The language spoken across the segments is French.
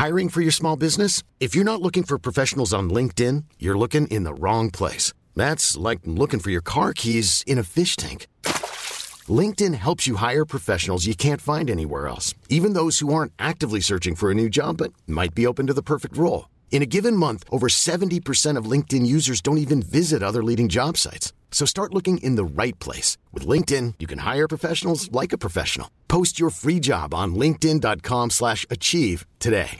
Hiring for your small business? If you're not looking for professionals on LinkedIn, you're looking in the wrong place. That's like looking for your car keys in a fish tank. LinkedIn helps you hire professionals you can't find anywhere else, even those who aren't actively searching for a new job but might be open to the perfect role. In a given month, over 70% of LinkedIn users don't even visit other leading job sites. So start looking in the right place. With LinkedIn, you can hire professionals like a professional. Post your free job on linkedin.com/achieve today.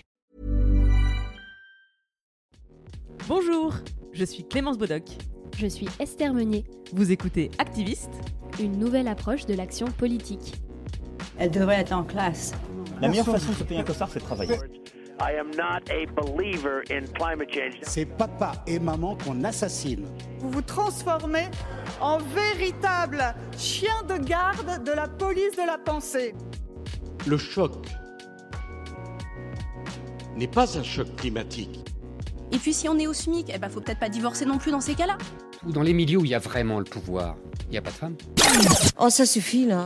Bonjour, je suis Clémence Bodoc. Je suis Esther Meunier. Vous écoutez Activiste, une nouvelle approche de l'action politique. Elle devrait être en classe. La meilleure façon de se payer un costard, c'est de travailler. I am not a believer in climate change. C'est papa et maman qu'on assassine. Vous vous transformez en véritable chien de garde de la police de la pensée. Le choc n'est pas un choc climatique. Et puis si on est au SMIC, faut peut-être pas divorcer non plus dans ces cas-là. Dans les milieux où il y a vraiment le pouvoir, il n'y a pas de femmes. Oh, ça suffit là.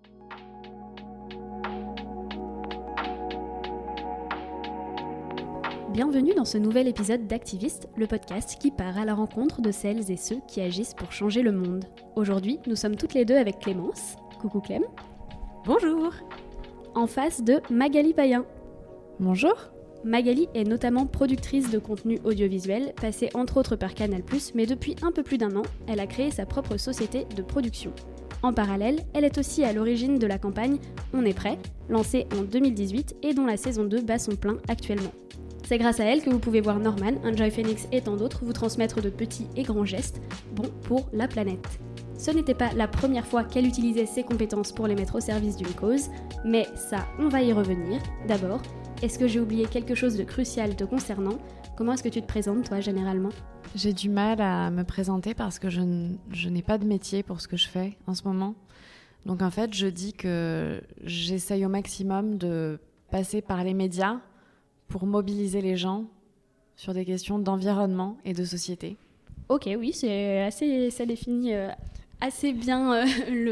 Bienvenue dans ce nouvel épisode d'Activiste, le podcast qui part à la rencontre de celles et ceux qui agissent pour changer le monde. Aujourd'hui, nous sommes toutes les deux avec Clémence. Coucou Clem. bonjour. En face de Magali Payen. Bonjour. Magali est notamment productrice de contenu audiovisuel, passée entre autres par Canal+, mais depuis un peu plus d'un an, elle a créé sa propre société de production. En parallèle, elle est aussi à l'origine de la campagne On est prêt, lancée en 2018 et dont la saison 2 bat son plein actuellement. C'est grâce à elle que vous pouvez voir Norman, Enjoy Phoenix et tant d'autres vous transmettre de petits et grands gestes, bons pour la planète. Ce n'était pas la première fois qu'elle utilisait ses compétences pour les mettre au service d'une cause, mais ça, on va y revenir. D'abord, est-ce que j'ai oublié quelque chose de crucial te concernant ? Comment est-ce que tu te présentes, toi, généralement ? J'ai du mal à me présenter parce que je n'ai pas de métier pour ce que je fais en ce moment. Donc en fait, je dis que j'essaye au maximum de passer par les médias pour mobiliser les gens sur des questions d'environnement et de société. Ok, oui, ça définit assez bien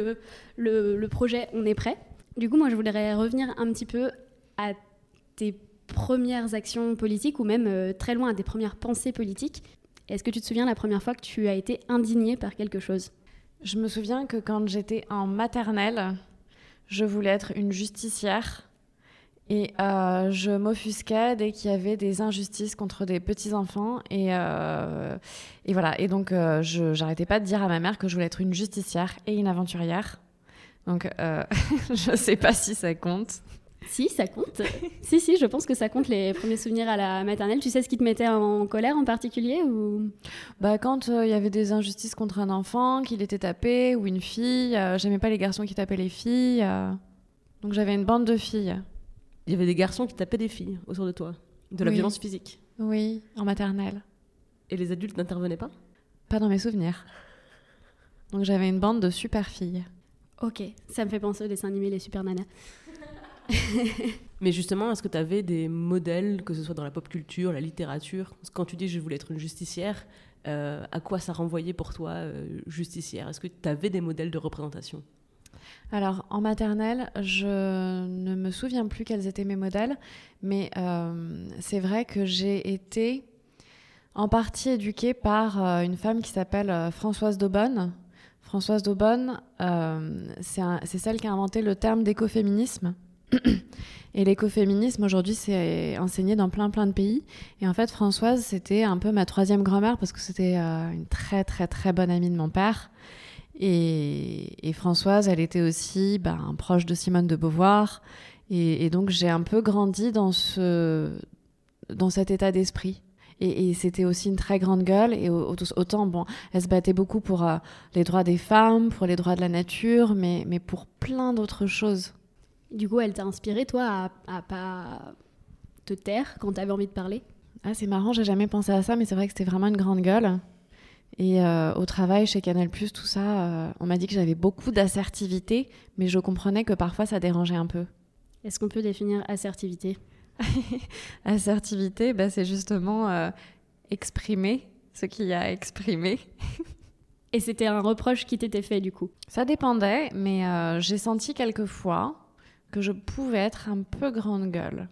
le projet On est prêt. Du coup, moi, je voudrais revenir un petit peu à tes premières actions politiques ou même très loin à tes premières pensées politiques. Est-ce que tu te souviens la première fois que tu as été indignée par quelque chose ? Je me souviens que quand j'étais en maternelle, je voulais être une justicière et je m'offusquais dès qu'il y avait des injustices contre des petits-enfants et voilà. Et donc, j'arrêtais pas de dire à ma mère que je voulais être une justicière et une aventurière. Donc, je sais pas si ça compte. Si, ça compte. si, je pense que ça compte les premiers souvenirs à la maternelle. Tu sais ce qui te mettait en colère en particulier ou... Quand il y avait des injustices contre un enfant, qu'il était tapé, ou une fille, j'aimais pas les garçons qui tapaient les filles. Donc j'avais une bande de filles. Il y avait des garçons qui tapaient des filles autour de toi, de la violence physique. Oui, en maternelle. Et les adultes n'intervenaient pas ? Pas dans mes souvenirs. Donc j'avais une bande de super filles. Ok, ça me fait penser au dessin animé Les Super Nanas. Mais justement, est-ce que tu avais des modèles, que ce soit dans la pop culture, la littérature ? Quand tu dis je voulais être une justicière, à quoi ça renvoyait pour toi, justicière ? Est-ce que tu avais des modèles de représentation ? Alors, en maternelle, je ne me souviens plus quels étaient mes modèles, mais c'est vrai que j'ai été en partie éduquée par une femme qui s'appelle Françoise d'Aubonne. Françoise d'Aubonne, c'est celle qui a inventé le terme d'écoféminisme. Et l'écoféminisme, aujourd'hui, c'est enseigné dans plein de pays. Et en fait, Françoise, c'était un peu ma troisième grand-mère parce que c'était une très, très, très bonne amie de mon père. Et Françoise, elle était aussi proche de Simone de Beauvoir. Et donc, j'ai un peu grandi dans cet état d'esprit. Et c'était aussi une très grande gueule. Et autant, elle se battait beaucoup pour les droits des femmes, pour les droits de la nature, mais pour plein d'autres choses. Du coup, elle t'a inspiré, toi, à pas te taire quand t'avais envie de parler ? Ah, c'est marrant, j'ai jamais pensé à ça, mais c'est vrai que c'était vraiment une grande gueule. Et au travail, chez Canal+, tout ça, on m'a dit que j'avais beaucoup d'assertivité, mais je comprenais que parfois ça dérangeait un peu. Est-ce qu'on peut définir assertivité ? Assertivité, c'est justement exprimer ce qu'il y a à exprimer. Et c'était un reproche qui t'était fait, du coup ? Ça dépendait, mais j'ai senti quelquefois que je pouvais être un peu grande gueule.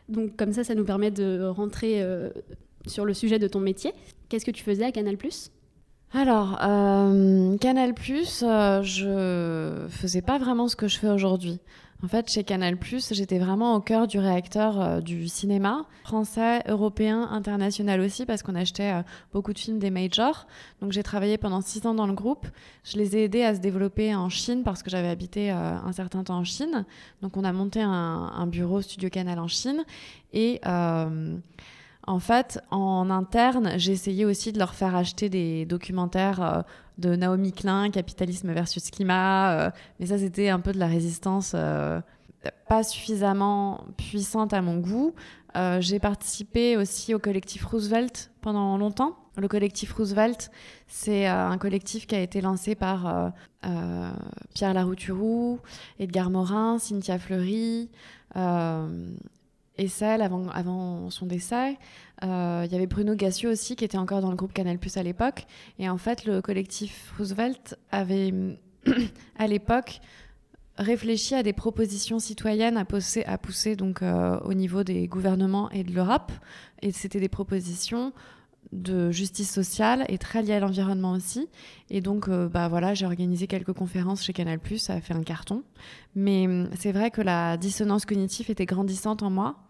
Donc comme ça nous permet de rentrer sur le sujet de ton métier. Qu'est-ce que tu faisais à Canal+? Alors, Canal+, je faisais pas vraiment ce que je fais aujourd'hui. En fait, chez Canal+, j'étais vraiment au cœur du réacteur du cinéma, français, européen, international aussi, parce qu'on achetait beaucoup de films des majors. Donc j'ai travaillé pendant 6 ans dans le groupe. Je les ai aidés à se développer en Chine, parce que j'avais habité un certain temps en Chine. Donc on a monté un bureau Studio Canal en Chine. Et en fait, en interne, j'ai essayé aussi de leur faire acheter des documentaires de Naomi Klein, Capitalisme versus Climat. Mais ça, c'était un peu de la résistance pas suffisamment puissante à mon goût. J'ai participé aussi au collectif Roosevelt pendant longtemps. Le collectif Roosevelt, c'est un collectif qui a été lancé par Pierre Larouturou, Edgar Morin, Cynthia Fleury, Essel avant son décès. Il y avait Bruno Gassio aussi qui était encore dans le groupe Canal+ à l'époque. Et en fait, le collectif Roosevelt avait à l'époque réfléchi à des propositions citoyennes à pousser donc, au niveau des gouvernements et de l'Europe. Et c'était des propositions de justice sociale et très liées à l'environnement aussi. Et donc, voilà, j'ai organisé quelques conférences chez Canal+, ça a fait un carton. Mais c'est vrai que la dissonance cognitive était grandissante en moi.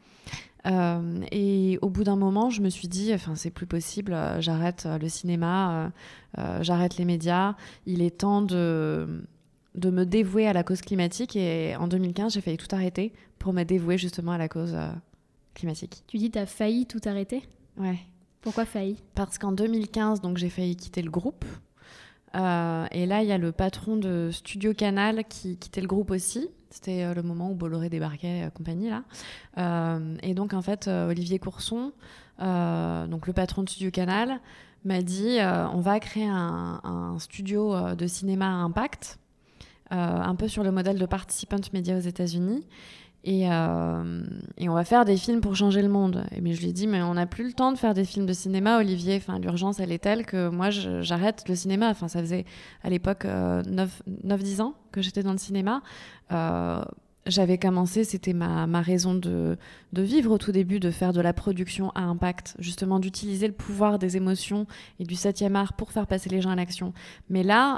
Et au bout d'un moment, je me suis dit, c'est plus possible, j'arrête le cinéma, j'arrête les médias. Il est temps de me dévouer à la cause climatique. Et en 2015, j'ai failli tout arrêter pour me dévouer justement à la cause climatique. Tu dis, t'as failli tout arrêter ? Ouais. Pourquoi failli ? Parce qu'en 2015, donc, j'ai failli quitter le groupe. Et là, il y a le patron de Studio Canal qui quittait le groupe aussi. C'était le moment où Bolloré débarquait, compagnie, là. Et donc, en fait, Olivier Courson, donc le patron de Studio Canal, m'a dit on va créer un studio de cinéma à impact, un peu sur le modèle de Participant Media aux États-Unis. Et on va faire des films pour changer le monde. Mais je lui ai dit, mais on n'a plus le temps de faire des films de cinéma, Olivier. L'urgence, elle est telle que moi, j'arrête le cinéma. Ça faisait à l'époque 9-10 ans que j'étais dans le cinéma. J'avais commencé, c'était ma raison de vivre au tout début, de faire de la production à impact, justement d'utiliser le pouvoir des émotions et du 7e art pour faire passer les gens à l'action. Mais là,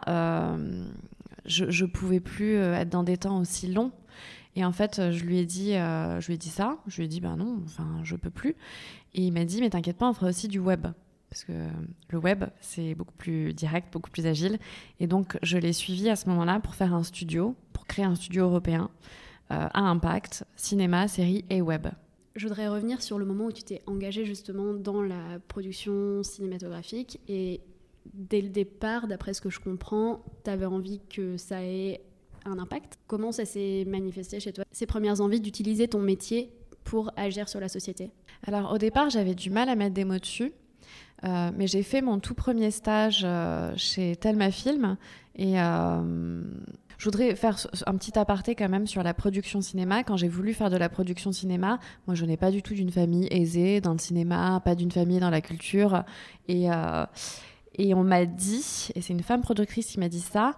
je pouvais plus être dans des temps aussi longs. Et en fait, je lui ai dit ça. Je lui ai dit, non, je peux plus. Et il m'a dit, mais t'inquiète pas, on fera aussi du web. Parce que le web, c'est beaucoup plus direct, beaucoup plus agile. Et donc, je l'ai suivi à ce moment-là pour faire un studio, pour créer un studio européen à impact, cinéma, série et web. Je voudrais revenir sur le moment où tu t'es engagée justement dans la production cinématographique. Et dès le départ, d'après ce que je comprends, t'avais envie que ça ait un impact. Comment ça s'est manifesté chez toi, ces premières envies d'utiliser ton métier pour agir sur la société ? Alors, au départ, j'avais du mal à mettre des mots dessus. Mais j'ai fait mon tout premier stage chez Thelma Film. Et je voudrais faire un petit aparté quand même sur la production cinéma. Quand j'ai voulu faire de la production cinéma, moi, je n'ai pas du tout d'une famille aisée dans le cinéma, pas d'une famille dans la culture. Et on m'a dit, et c'est une femme productrice qui m'a dit ça,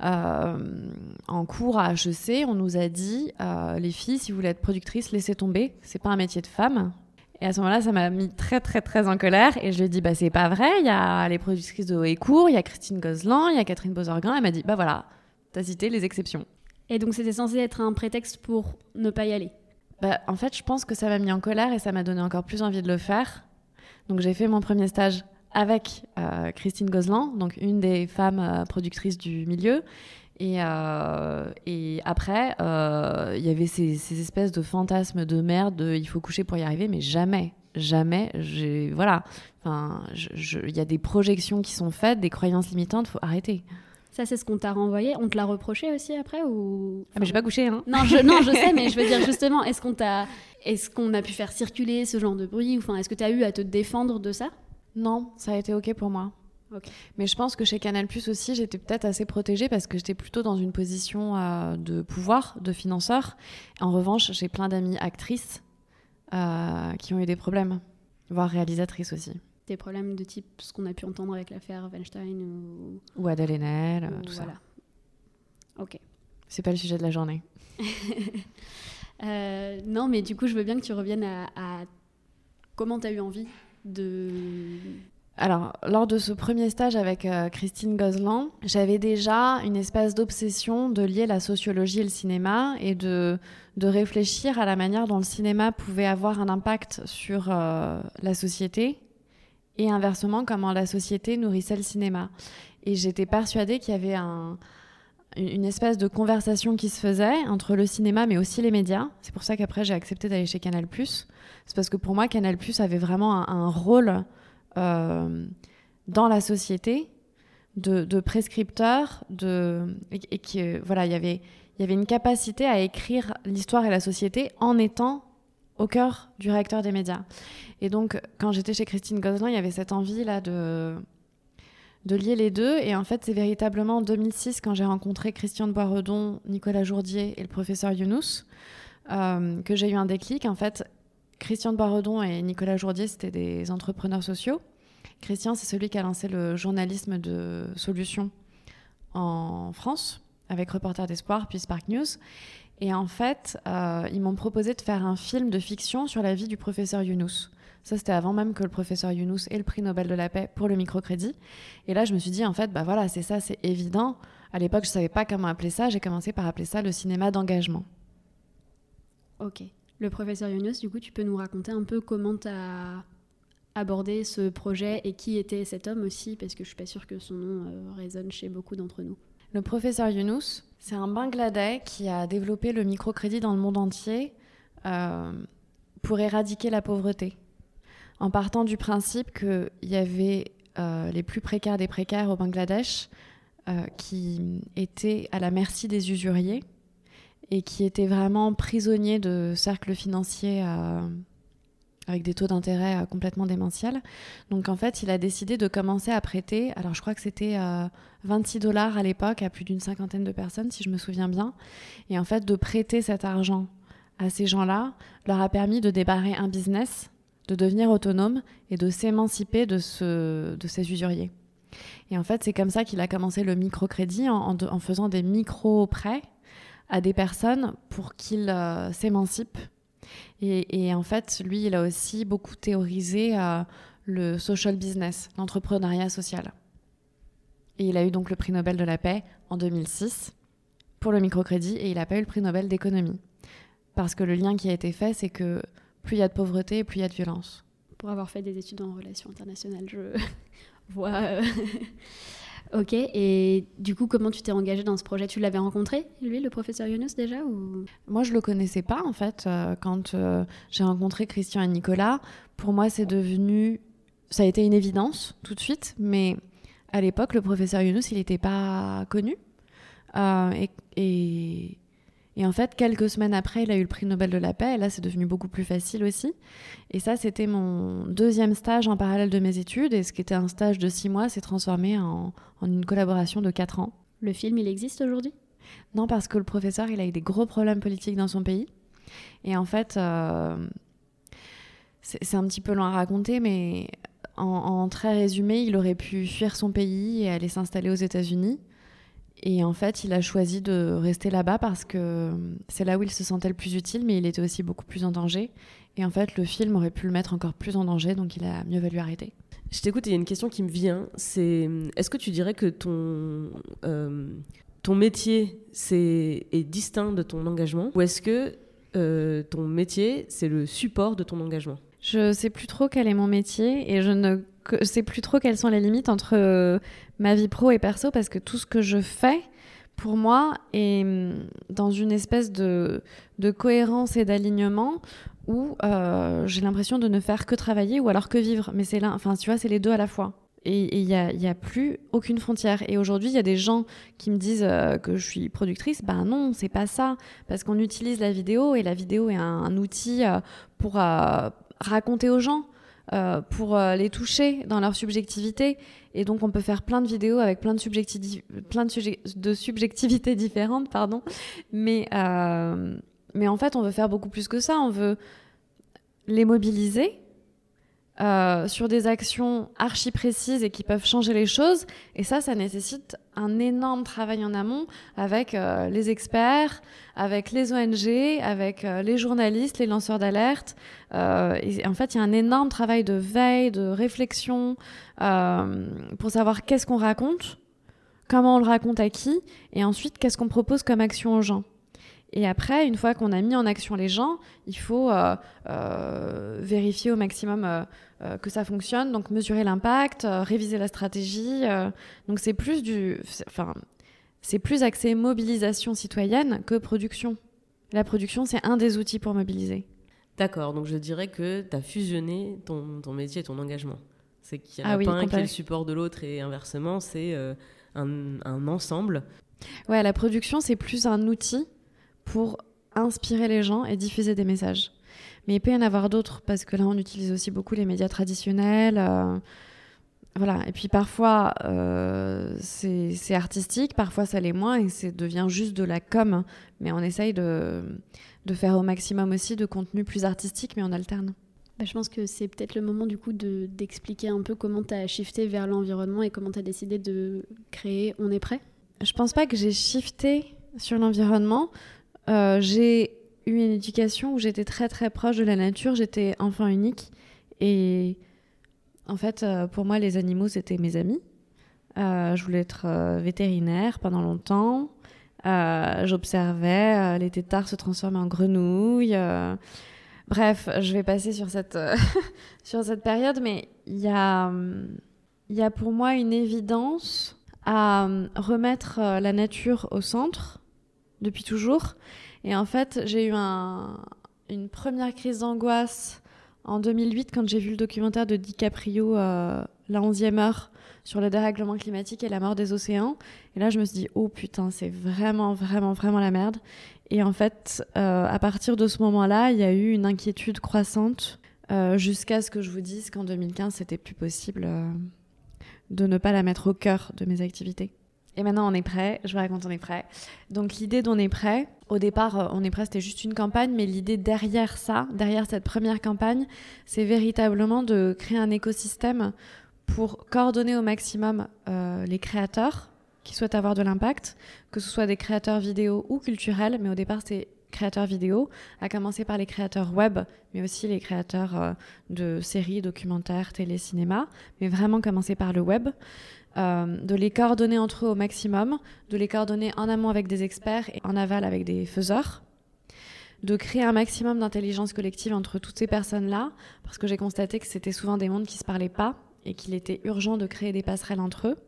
en cours à HEC, on nous a dit, les filles, si vous voulez être productrice, laissez tomber, c'est pas un métier de femme. Et à ce moment-là, ça m'a mis très, très, très en colère. Et je lui ai dit, c'est pas vrai, il y a les productrices de Haut et Court, il y a Christine Gozlan, il y a Catherine Bozorgan. Elle m'a dit, voilà, t'as cité les exceptions. Et donc, c'était censé être un prétexte pour ne pas y aller ? En fait, je pense que ça m'a mis en colère et ça m'a donné encore plus envie de le faire. Donc, j'ai fait mon premier stage avec Christine Gozlan, donc une des femmes productrices du milieu. Et après, il y avait ces espèces de fantasmes de merde, il faut coucher pour y arriver, mais jamais, voilà. Il y a des projections qui sont faites, des croyances limitantes, il faut arrêter. Ça, c'est ce qu'on t'a renvoyé. On te l'a reproché aussi après ou... mais j'ai pas couché, hein. Non, je sais, mais je veux dire justement, est-ce qu'on a pu faire circuler ce genre de bruit, ou est-ce que t'as eu à te défendre de ça ? Non, ça a été OK pour moi. Okay. Mais je pense que chez Canal+ aussi, j'étais peut-être assez protégée parce que j'étais plutôt dans une position de pouvoir, de financeur. En revanche, j'ai plein d'amies actrices qui ont eu des problèmes, voire réalisatrices aussi. Des problèmes de type ce qu'on a pu entendre avec l'affaire Weinstein ou Adèle Haenel, tout voilà. ça. Ok. C'est pas le sujet de la journée. Non, mais du coup, je veux bien que tu reviennes à comment tu as eu envie de... Alors, lors de ce premier stage avec Christine Gozlan, j'avais déjà une espèce d'obsession de lier la sociologie et le cinéma et de réfléchir à la manière dont le cinéma pouvait avoir un impact sur la société et inversement, comment la société nourrissait le cinéma. Et j'étais persuadée qu'il y avait une espèce de conversation qui se faisait entre le cinéma mais aussi les médias. C'est pour ça qu'après, j'ai accepté d'aller chez Canal+. C'est parce que pour moi, Canal+ avait vraiment un rôle... dans la société de prescripteurs et que voilà, il y avait une capacité à écrire l'histoire et la société en étant au cœur du réacteur des médias. Et donc quand j'étais chez Christine Gozlan, il y avait cette envie là de lier les deux. Et en fait, c'est véritablement en 2006 quand j'ai rencontré Christian de Boisredon, Nicolas Jourdier et le professeur Younous que j'ai eu un déclic. En fait, Christian de Boisredon et Nicolas Jourdier, c'était des entrepreneurs sociaux. Christian, c'est celui qui a lancé le journalisme de solutions en France, avec Reporters d'Espoir, puis Spark News. Et en fait, ils m'ont proposé de faire un film de fiction sur la vie du professeur Younous. Ça, c'était avant même que le professeur Younous ait le prix Nobel de la paix pour le microcrédit. Et là, je me suis dit, en fait, bah voilà, c'est ça, c'est évident. À l'époque, je ne savais pas comment appeler ça. J'ai commencé par appeler ça le cinéma d'engagement. Ok. Le professeur Younous, du coup, tu peux nous raconter un peu comment tu as abordé ce projet et qui était cet homme aussi, parce que je ne suis pas sûre que son nom résonne chez beaucoup d'entre nous. Le professeur Younous, c'est un Bangladais qui a développé le microcrédit dans le monde entier pour éradiquer la pauvreté, en partant du principe qu'il y avait les plus précaires des précaires au Bangladesh qui étaient à la merci des usuriers et qui étaient vraiment prisonniers de cercles financiers avec des taux d'intérêt complètement démentiels. Donc en fait, il a décidé de commencer à prêter, alors je crois que c'était $26 à l'époque à plus d'une 50aine de personnes, si je me souviens bien. Et en fait, de prêter cet argent à ces gens-là leur a permis de débarrer un business, de devenir autonome et de s'émanciper de ces usuriers. Et en fait, c'est comme ça qu'il a commencé le microcrédit en faisant des micro-prêts à des personnes pour qu'ils s'émancipent. Et en fait, lui, il a aussi beaucoup théorisé le social business, l'entrepreneuriat social. Et il a eu donc le prix Nobel de la paix en 2006 pour le microcrédit et il n'a pas eu le prix Nobel d'économie. Parce que le lien qui a été fait, c'est que plus il y a de pauvreté, plus il y a de violence. Pour avoir fait des études en relations internationales, je vois... Ok, et du coup, comment tu t'es engagée dans ce projet ? Tu l'avais rencontré, lui, le professeur Younous, déjà ou... Moi, je ne le connaissais pas, en fait. Quand j'ai rencontré Christian et Nicolas, pour moi, ça a été une évidence, tout de suite. Mais à l'époque, le professeur Younous, il n'était pas connu. Et en fait, quelques semaines après, il a eu le prix Nobel de la paix. Et là, c'est devenu beaucoup plus facile aussi. Et ça, c'était mon deuxième stage en parallèle de mes études. Et ce qui était un stage de 6 mois s'est transformé en une collaboration de 4 ans. Le film, il existe aujourd'hui ? Non, parce que le professeur, il a eu des gros problèmes politiques dans son pays. Et en fait, c'est un petit peu long à raconter, mais en très résumé, il aurait pu fuir son pays et aller s'installer aux États-Unis. Et en fait, il a choisi de rester là-bas parce que c'est là où il se sentait le plus utile, mais il était aussi beaucoup plus en danger. Et en fait, le film aurait pu le mettre encore plus en danger, donc il a mieux valu arrêter. Je t'écoute, il y a une question qui me vient, c'est est-ce que tu dirais que ton métier est distinct de ton engagement, ou est-ce que ton métier, c'est le support de ton engagement ? Je sais plus trop quel est mon métier et je ne sais plus trop quelles sont les limites entre ma vie pro et perso, parce que tout ce que je fais, pour moi, est dans une espèce de cohérence et d'alignement où j'ai l'impression de ne faire que travailler ou alors que vivre. Mais c'est là, enfin, tu vois, c'est les deux à la fois. Et il y a plus aucune frontière. Et aujourd'hui, il y a des gens qui me disent que je suis productrice. Ben non, c'est pas ça. Parce qu'on utilise la vidéo et la vidéo est un outil pour raconter aux gens, pour les toucher dans leur subjectivité. Et donc, on peut faire plein de vidéos avec plein de subjectivités différentes, pardon. Mais en fait, on veut faire beaucoup plus que ça. On veut les mobiliser sur des actions archi précises et qui peuvent changer les choses. Et ça nécessite un énorme travail en amont avec les experts, avec les ONG, avec les journalistes, les lanceurs d'alerte. Et en fait, il y a un énorme travail de veille, de réflexion pour savoir qu'est-ce qu'on raconte, comment on le raconte à qui, et ensuite qu'est-ce qu'on propose comme action aux gens. Et après, une fois qu'on a mis en action les gens, il faut vérifier au maximum que ça fonctionne, donc mesurer l'impact, réviser la stratégie. Donc c'est plus axé mobilisation citoyenne que production. La production, c'est un des outils pour mobiliser. D'accord, donc je dirais que tu as fusionné ton métier et ton engagement. C'est qu'il n'y en a pas un qui est le support de l'autre et inversement, c'est un ensemble. Ouais, la production, c'est plus un outil pour inspirer les gens et diffuser des messages. Mais il peut y en avoir d'autres, parce que là, on utilise aussi beaucoup les médias traditionnels. Voilà. Et puis parfois, c'est artistique, parfois ça l'est moins, et ça devient juste de la com. Mais on essaye de faire au maximum aussi de contenu plus artistique, mais on alterne. Je pense que c'est peut-être le moment du coup d'expliquer un peu comment tu as shifté vers l'environnement et comment tu as décidé de créer On est prêt. Je pense pas que j'ai shifté sur l'environnement. J'ai eu une éducation où j'étais très très proche de la nature, j'étais enfant unique et en fait pour moi les animaux c'était mes amis. Je voulais être vétérinaire pendant longtemps, j'observais les têtards se transformer en grenouilles. Bref, je vais passer sur cette, sur cette période, mais il y a pour moi une évidence à remettre la nature au centre depuis toujours. Et en fait, j'ai eu une première crise d'angoisse en 2008 quand j'ai vu le documentaire de DiCaprio, La 11e heure, sur le dérèglement climatique et la mort des océans. Et là, je me suis dit, oh putain, c'est vraiment, vraiment, vraiment la merde. Et en fait, à partir de ce moment-là, il y a eu une inquiétude croissante jusqu'à ce que je vous dise qu'en 2015, c'était plus possible de ne pas la mettre au cœur de mes activités. Et maintenant, on est prêt. Je vous raconte, on est prêt. Donc, l'idée d'On est prêt, au départ, On est prêt, c'était juste une campagne, mais l'idée derrière ça, derrière cette première campagne, c'est véritablement de créer un écosystème pour coordonner au maximum les créateurs qui souhaitent avoir de l'impact, que ce soit des créateurs vidéo ou culturels, mais au départ, c'est créateurs vidéo, à commencer par les créateurs web, mais aussi les créateurs de séries, documentaires, télé, cinéma, mais vraiment commencer par le web. De les coordonner entre eux au maximum, de les coordonner en amont avec des experts et en aval avec des faiseurs, de créer un maximum d'intelligence collective entre toutes ces personnes-là, parce que j'ai constaté que c'était souvent des mondes qui ne se parlaient pas et qu'il était urgent de créer des passerelles entre eux.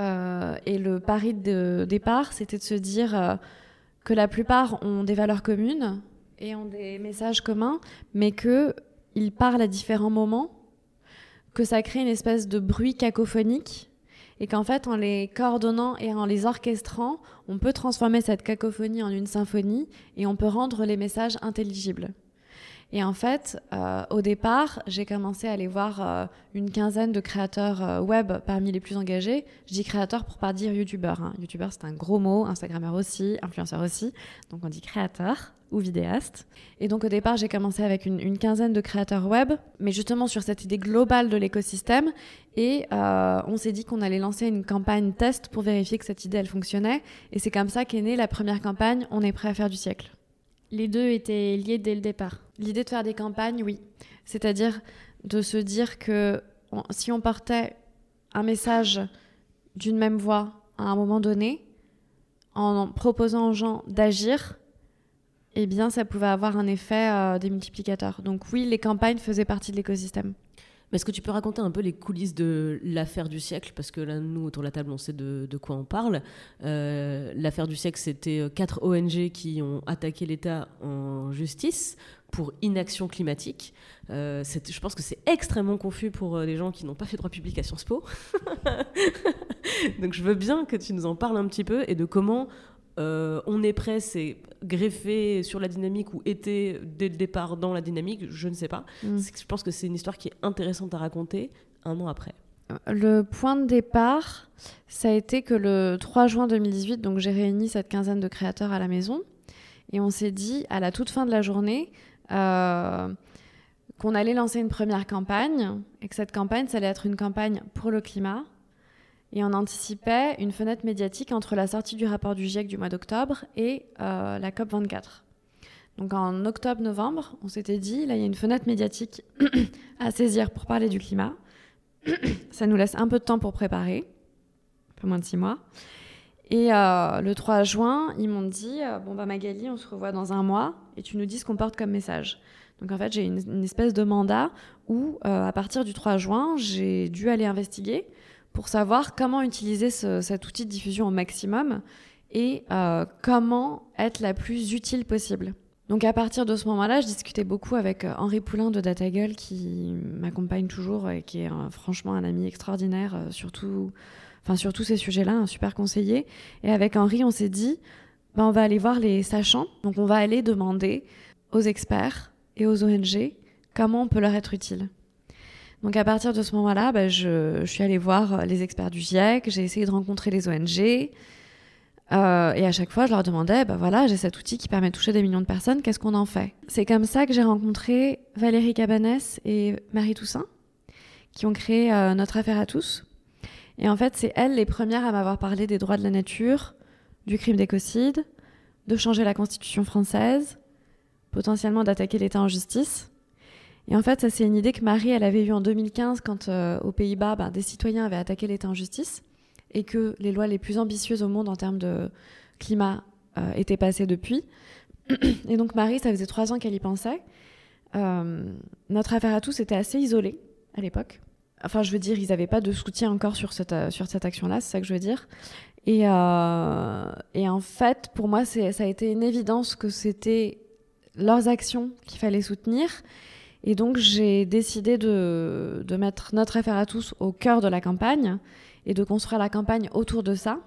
Et le pari de départ, c'était de se dire que la plupart ont des valeurs communes et ont des messages communs, mais qu'ils parlent à différents moments, que ça crée une espèce de bruit cacophonique, et qu'en fait, en les coordonnant et en les orchestrant, on peut transformer cette cacophonie en une symphonie et on peut rendre les messages intelligibles. Et en fait, au départ, j'ai commencé à aller voir une quinzaine de créateurs web parmi les plus engagés. Je dis créateurs pour pas dire youtubeurs. Hein. Youtubeur, c'est un gros mot, instagrammeur aussi, influenceur aussi. Donc on dit créateur ou vidéaste. Et donc au départ, j'ai commencé avec une quinzaine de créateurs web, mais justement sur cette idée globale de l'écosystème. Et on s'est dit qu'on allait lancer une campagne test pour vérifier que cette idée, elle fonctionnait. Et c'est comme ça qu'est née la première campagne « On est prêt à faire du siècle ». Les deux étaient liés dès le départ. L'idée de faire des campagnes, oui. C'est-à-dire de se dire que si on portait un message d'une même voix à un moment donné, en proposant aux gens d'agir, eh bien, ça pouvait avoir un effet démultiplicateur. Donc oui, les campagnes faisaient partie de l'écosystème. Mais est-ce que tu peux raconter un peu les coulisses de l'affaire du siècle ? Parce que là, nous, autour de la table, on sait de quoi on parle. L'affaire du siècle, c'était 4 ONG qui ont attaqué l'État en justice pour inaction climatique. Je pense que c'est extrêmement confus pour les gens qui n'ont pas fait droit public à Sciences Po. Donc je veux bien que tu nous en parles un petit peu et de comment On est prêt, c'est greffé sur la dynamique ou était dès le départ dans la dynamique, je ne sais pas. Je pense que c'est une histoire qui est intéressante à raconter un an après. Le point de départ, ça a été que le 3 juin 2018, donc j'ai réuni cette quinzaine de créateurs à la maison et on s'est dit à la toute fin de la journée qu'on allait lancer une première campagne et que cette campagne, ça allait être une campagne pour le climat. Et on anticipait une fenêtre médiatique entre la sortie du rapport du GIEC du mois d'octobre et la COP24. Donc en octobre-novembre, on s'était dit, là il y a une fenêtre médiatique à saisir pour parler du climat. Ça nous laisse un peu de temps pour préparer, un peu moins de 6 mois. Et le 3 juin, ils m'ont dit, Magali, on se revoit dans 1 mois et tu nous dis ce qu'on porte comme message. Donc en fait, j'ai une espèce de mandat où, à partir du 3 juin, j'ai dû aller investiguer pour savoir comment utiliser cet outil de diffusion au maximum et comment être la plus utile possible. Donc à partir de ce moment-là, je discutais beaucoup avec Henri Poulain de DataGull qui m'accompagne toujours et qui est franchement un ami extraordinaire sur tous ces sujets-là, un super conseiller. Et avec Henri, on s'est dit, on va aller voir les sachants. Donc on va aller demander aux experts et aux ONG comment on peut leur être utile. Donc à partir de ce moment-là, je suis allée voir les experts du GIEC, j'ai essayé de rencontrer les ONG. Et à chaque fois, je leur demandais, j'ai cet outil qui permet de toucher des millions de personnes, qu'est-ce qu'on en fait ? C'est comme ça que j'ai rencontré Valérie Cabanès et Marie Toussaint, qui ont créé Notre Affaire à tous. Et en fait, c'est elles les premières à m'avoir parlé des droits de la nature, du crime d'écocide, de changer la Constitution française, potentiellement d'attaquer l'État en justice. Et en fait, ça, c'est une idée que Marie, elle avait eue en 2015 quand, aux Pays-Bas, des citoyens avaient attaqué l'État en justice et que les lois les plus ambitieuses au monde en termes de climat étaient passées depuis. Et donc Marie, ça faisait 3 ans qu'elle y pensait. Notre Affaire à tous était assez isolée à l'époque. Enfin, je veux dire, ils n'avaient pas de soutien encore sur cette action-là, c'est ça que je veux dire. Et en fait, pour moi, ça a été une évidence que c'était leurs actions qu'il fallait soutenir. Et donc, j'ai décidé de mettre Notre Affaire à tous au cœur de la campagne et de construire la campagne autour de ça.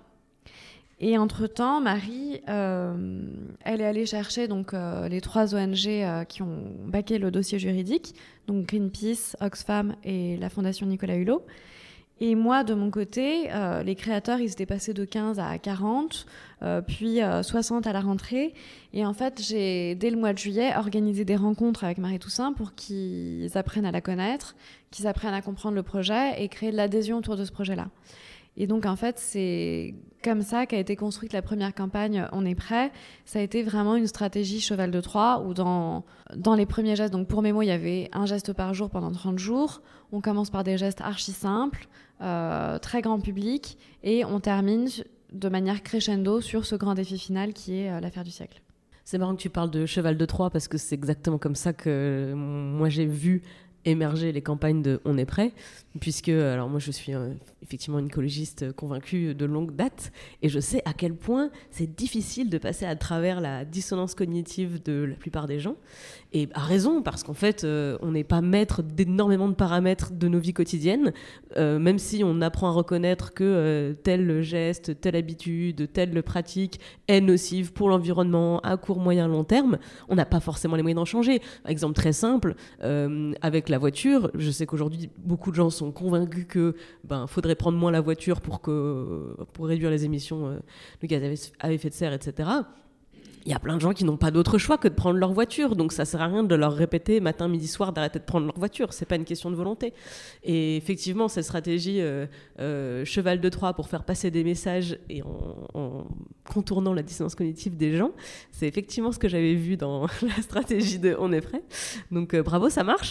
Et entre-temps, Marie, elle est allée chercher donc, les 3 ONG qui ont backé le dossier juridique, donc Greenpeace, Oxfam et la Fondation Nicolas Hulot. Et moi, de mon côté, les créateurs, ils étaient passés de 15 à 40, puis 60 à la rentrée. Et en fait, j'ai, dès le mois de juillet, organisé des rencontres avec Marie Toussaint pour qu'ils apprennent à la connaître, qu'ils apprennent à comprendre le projet et créer de l'adhésion autour de ce projet-là. Et donc, en fait, c'est comme ça qu'a été construite la première campagne « On est prêt ». Ça a été vraiment une stratégie cheval de Troie où dans les premiers gestes, donc pour Mémo, il y avait 1 geste par jour pendant 30 jours. On commence par des gestes archi simples, très grand public, et on termine de manière crescendo sur ce grand défi final qui est l'affaire du siècle. C'est marrant que tu parles de cheval de Troie parce que c'est exactement comme ça que moi j'ai vu émerger les campagnes de On est prêt, puisque alors moi je suis effectivement une écologiste convaincue de longue date et je sais à quel point c'est difficile de passer à travers la dissonance cognitive de la plupart des gens, et à raison, parce qu'en fait on n'est pas maître d'énormément de paramètres de nos vies quotidiennes, même si on apprend à reconnaître que tel geste, telle habitude, telle pratique est nocive pour l'environnement à court, moyen, long terme, on n'a pas forcément les moyens d'en changer. Exemple très simple, avec la voiture, je sais qu'aujourd'hui beaucoup de gens sont convaincus que faudrait prendre moins la voiture pour réduire les émissions de gaz à effet de serre, etc. Il y a plein de gens qui n'ont pas d'autre choix que de prendre leur voiture, donc ça sert à rien de leur répéter matin, midi, soir d'arrêter de prendre leur voiture, c'est pas une question de volonté. Et effectivement, cette stratégie cheval de Troie pour faire passer des messages et en contournant la dissonance cognitive des gens, c'est effectivement ce que j'avais vu dans la stratégie de On est prêt. Donc bravo, ça marche.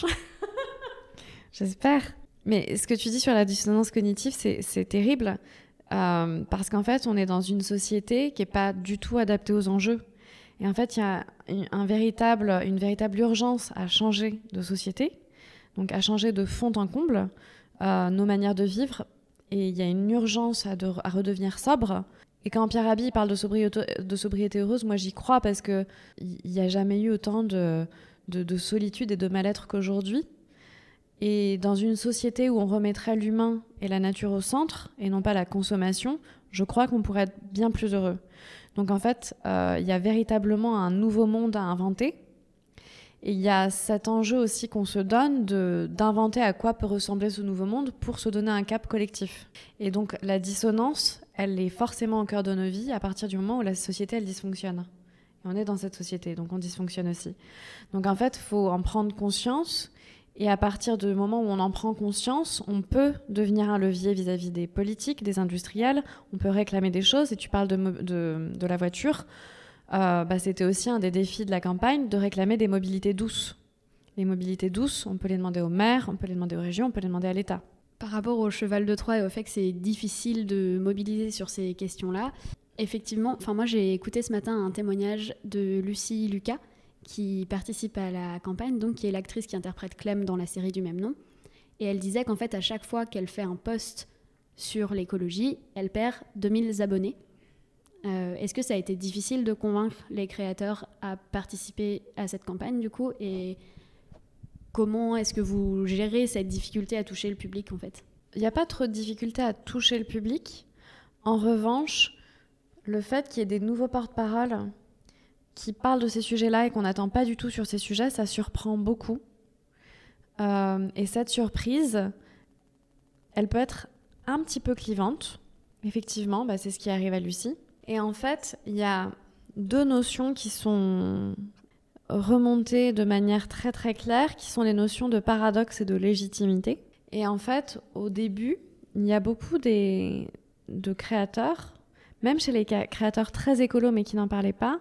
J'espère. Mais ce que tu dis sur la dissonance cognitive, c'est terrible, parce qu'en fait, on est dans une société qui n'est pas du tout adaptée aux enjeux. Et en fait, il y a une véritable urgence à changer de société, donc à changer de fond en comble nos manières de vivre. Et il y a une urgence à redevenir sobre. Et quand Pierre Rabhi parle de sobriété heureuse, moi j'y crois parce qu'il n'y a jamais eu autant de solitude et de mal-être qu'aujourd'hui. Et dans une société où on remettrait l'humain et la nature au centre, et non pas la consommation, je crois qu'on pourrait être bien plus heureux. Donc en fait, il y a véritablement un nouveau monde à inventer. Et il y a cet enjeu aussi qu'on se donne d'inventer à quoi peut ressembler ce nouveau monde pour se donner un cap collectif. Et donc la dissonance, elle est forcément au cœur de nos vies à partir du moment où la société, elle dysfonctionne. Et on est dans cette société, donc on dysfonctionne aussi. Donc en fait, il faut en prendre conscience Et à partir du moment où on en prend conscience, on peut devenir un levier vis-à-vis des politiques, des industriels, on peut réclamer des choses. Et tu parles de la voiture, c'était aussi un des défis de la campagne, de réclamer des mobilités douces. Les mobilités douces, on peut les demander aux maires, on peut les demander aux régions, on peut les demander à l'État. Par rapport au cheval de Troie et au fait que c'est difficile de mobiliser sur ces questions-là, effectivement, moi j'ai écouté ce matin un témoignage de Lucie Lucas, qui participe à la campagne, donc qui est l'actrice qui interprète Clem dans la série du même nom. Et elle disait qu'en fait, à chaque fois qu'elle fait un post sur l'écologie, elle perd 2000 abonnés. Est-ce que ça a été difficile de convaincre les créateurs à participer à cette campagne, du coup ? Et comment est-ce que vous gérez cette difficulté à toucher le public, en fait ? Il n'y a pas trop de difficulté à toucher le public. En revanche, le fait qu'il y ait des nouveaux porte-paroles qui parlent de ces sujets-là et qu'on n'attend pas du tout sur ces sujets, ça surprend beaucoup. Et cette surprise, elle peut être un petit peu clivante. Effectivement, c'est ce qui arrive à Lucie. Et en fait, il y a deux notions qui sont remontées de manière très très claire, qui sont les notions de paradoxe et de légitimité. Et en fait, au début, il y a beaucoup de créateurs, même chez les créateurs très écolos mais qui n'en parlaient pas,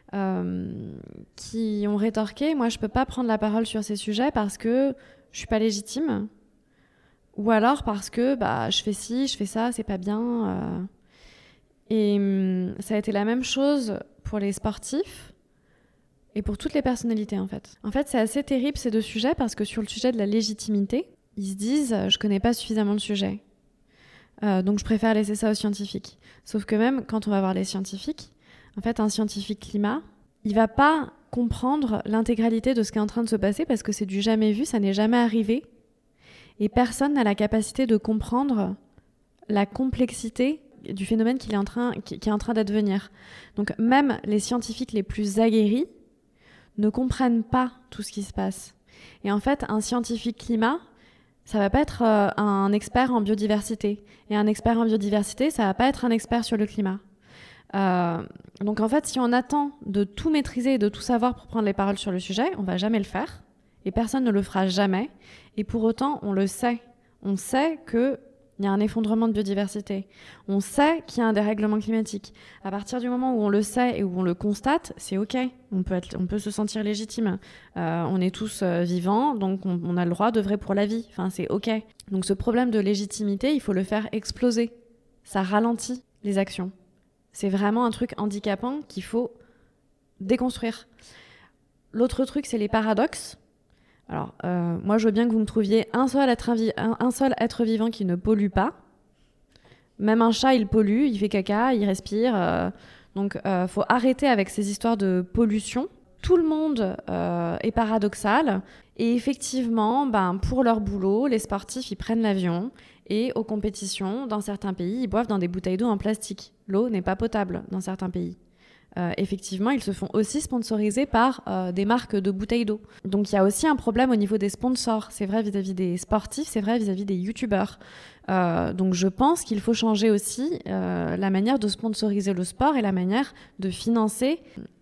qui ont rétorqué « Moi, je peux pas prendre la parole sur ces sujets parce que je suis pas légitime. » Ou alors parce que je fais ci, je fais ça, c'est pas bien. Et ça a été la même chose pour les sportifs et pour toutes les personnalités, en fait. En fait, c'est assez terrible ces deux sujets parce que sur le sujet de la légitimité, ils se disent « Je connais pas suffisamment le sujet. Donc je préfère laisser ça aux scientifiques. » Sauf que même quand on va voir les scientifiques, en fait, un scientifique climat, il va pas comprendre l'intégralité de ce qui est en train de se passer parce que c'est du jamais vu, ça n'est jamais arrivé. Et personne n'a la capacité de comprendre la complexité du phénomène qui est en train d'advenir. Donc même les scientifiques les plus aguerris ne comprennent pas tout ce qui se passe. Et en fait, un scientifique climat, ça va pas être un expert en biodiversité. Et un expert en biodiversité, ça va pas être un expert sur le climat. Donc en fait, si on attend de tout maîtriser et de tout savoir pour prendre les paroles sur le sujet, on va jamais le faire. Et personne ne le fera jamais. Et pour autant, on le sait. On sait qu'il y a un effondrement de biodiversité. On sait qu'il y a un dérèglement climatique. À partir du moment où on le sait et où on le constate, c'est OK. On peut se sentir légitime. On est tous vivants, donc on a le droit d'œuvrer pour la vie. Enfin, c'est OK. Donc ce problème de légitimité, il faut le faire exploser. Ça ralentit les actions. C'est vraiment un truc handicapant qu'il faut déconstruire. L'autre truc, c'est les paradoxes. Alors, moi, je veux bien que vous me trouviez un seul être vivant qui ne pollue pas. Même un chat, il pollue, il fait caca, il respire. Donc, faut arrêter avec ces histoires de pollution. Tout le monde est paradoxal. Et effectivement, pour leur boulot, les sportifs, ils prennent l'avion. Et aux compétitions, dans certains pays, ils boivent dans des bouteilles d'eau en plastique. L'eau n'est pas potable dans certains pays. Effectivement, ils se font aussi sponsoriser par des marques de bouteilles d'eau. Donc il y a aussi un problème au niveau des sponsors. C'est vrai vis-à-vis des sportifs, c'est vrai vis-à-vis des youtubeurs. Donc je pense qu'il faut changer aussi la manière de sponsoriser le sport et la manière de financer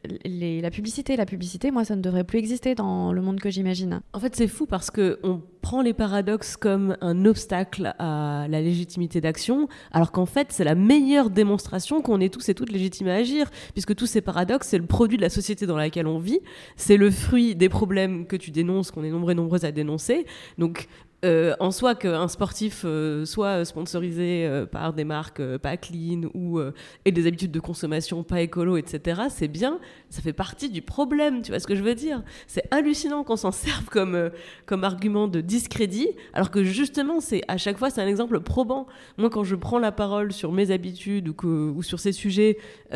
la publicité. La publicité, moi, ça ne devrait plus exister dans le monde que j'imagine. En fait, c'est fou parce qu'on prend les paradoxes comme un obstacle à la légitimité d'action, alors qu'en fait, c'est la meilleure démonstration qu'on est tous et toutes légitimes à agir, puisque tous ces paradoxes, c'est le produit de la société dans laquelle on vit, c'est le fruit des problèmes que tu dénonces, qu'on est nombreux et nombreuses à dénoncer. Donc, en soi, qu'un sportif soit sponsorisé par des marques pas clean ou et des habitudes de consommation pas écolo, etc., c'est bien, ça fait partie du problème, tu vois ce que je veux dire ? C'est hallucinant qu'on s'en serve comme argument de discrédit, alors que justement, à chaque fois, c'est un exemple probant. Moi, quand je prends la parole sur mes habitudes ou sur ces sujets,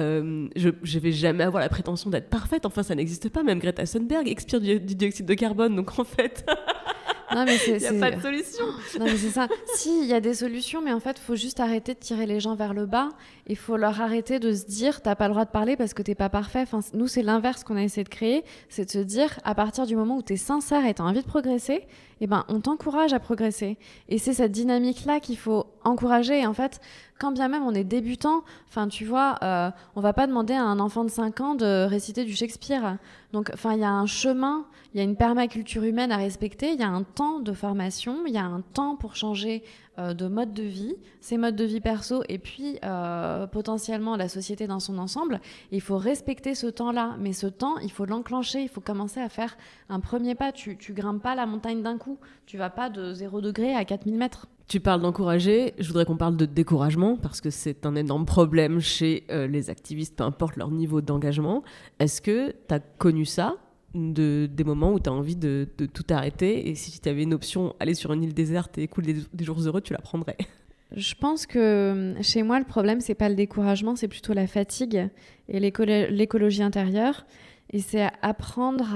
je vais jamais avoir la prétention d'être parfaite, enfin, ça n'existe pas, même Greta Thunberg expire du dioxyde de carbone, donc en fait... Non, mais il n'y a pas de solution. Non, mais c'est ça. Si, il y a des solutions, mais en fait, il faut juste arrêter de tirer les gens vers le bas. Il faut leur arrêter de se dire « t'as pas le droit de parler parce que t'es pas parfait ». Enfin, nous, c'est l'inverse qu'on a essayé de créer. C'est de se dire, à partir du moment où t'es sincère et t'as envie de progresser, on t'encourage à progresser. Et c'est cette dynamique-là qu'il faut encourager. Et en fait, quand bien même on est débutant, enfin tu vois, on va pas demander à un enfant de 5 ans de réciter du Shakespeare. Donc il y a un chemin, il y a une permaculture humaine à respecter, il y a un temps de formation, il y a un temps pour changer de mode de vie, ses modes de vie perso et puis potentiellement la société dans son ensemble. Et il faut respecter ce temps-là, mais ce temps, il faut l'enclencher, il faut commencer à faire un premier pas. Tu grimpes pas la montagne d'un coup, tu vas pas de 0 degré à 4000 mètres. Tu parles d'encourager, je voudrais qu'on parle de découragement, parce que c'est un énorme problème chez les activistes, peu importe leur niveau d'engagement. Est-ce que tu as connu ça, des moments où tu as envie de tout arrêter, et si tu avais une option, aller sur une île déserte et écouler des jours heureux, tu la prendrais? Je pense que chez moi, le problème, c'est pas le découragement, c'est plutôt la fatigue et l'écologie intérieure. Et c'est apprendre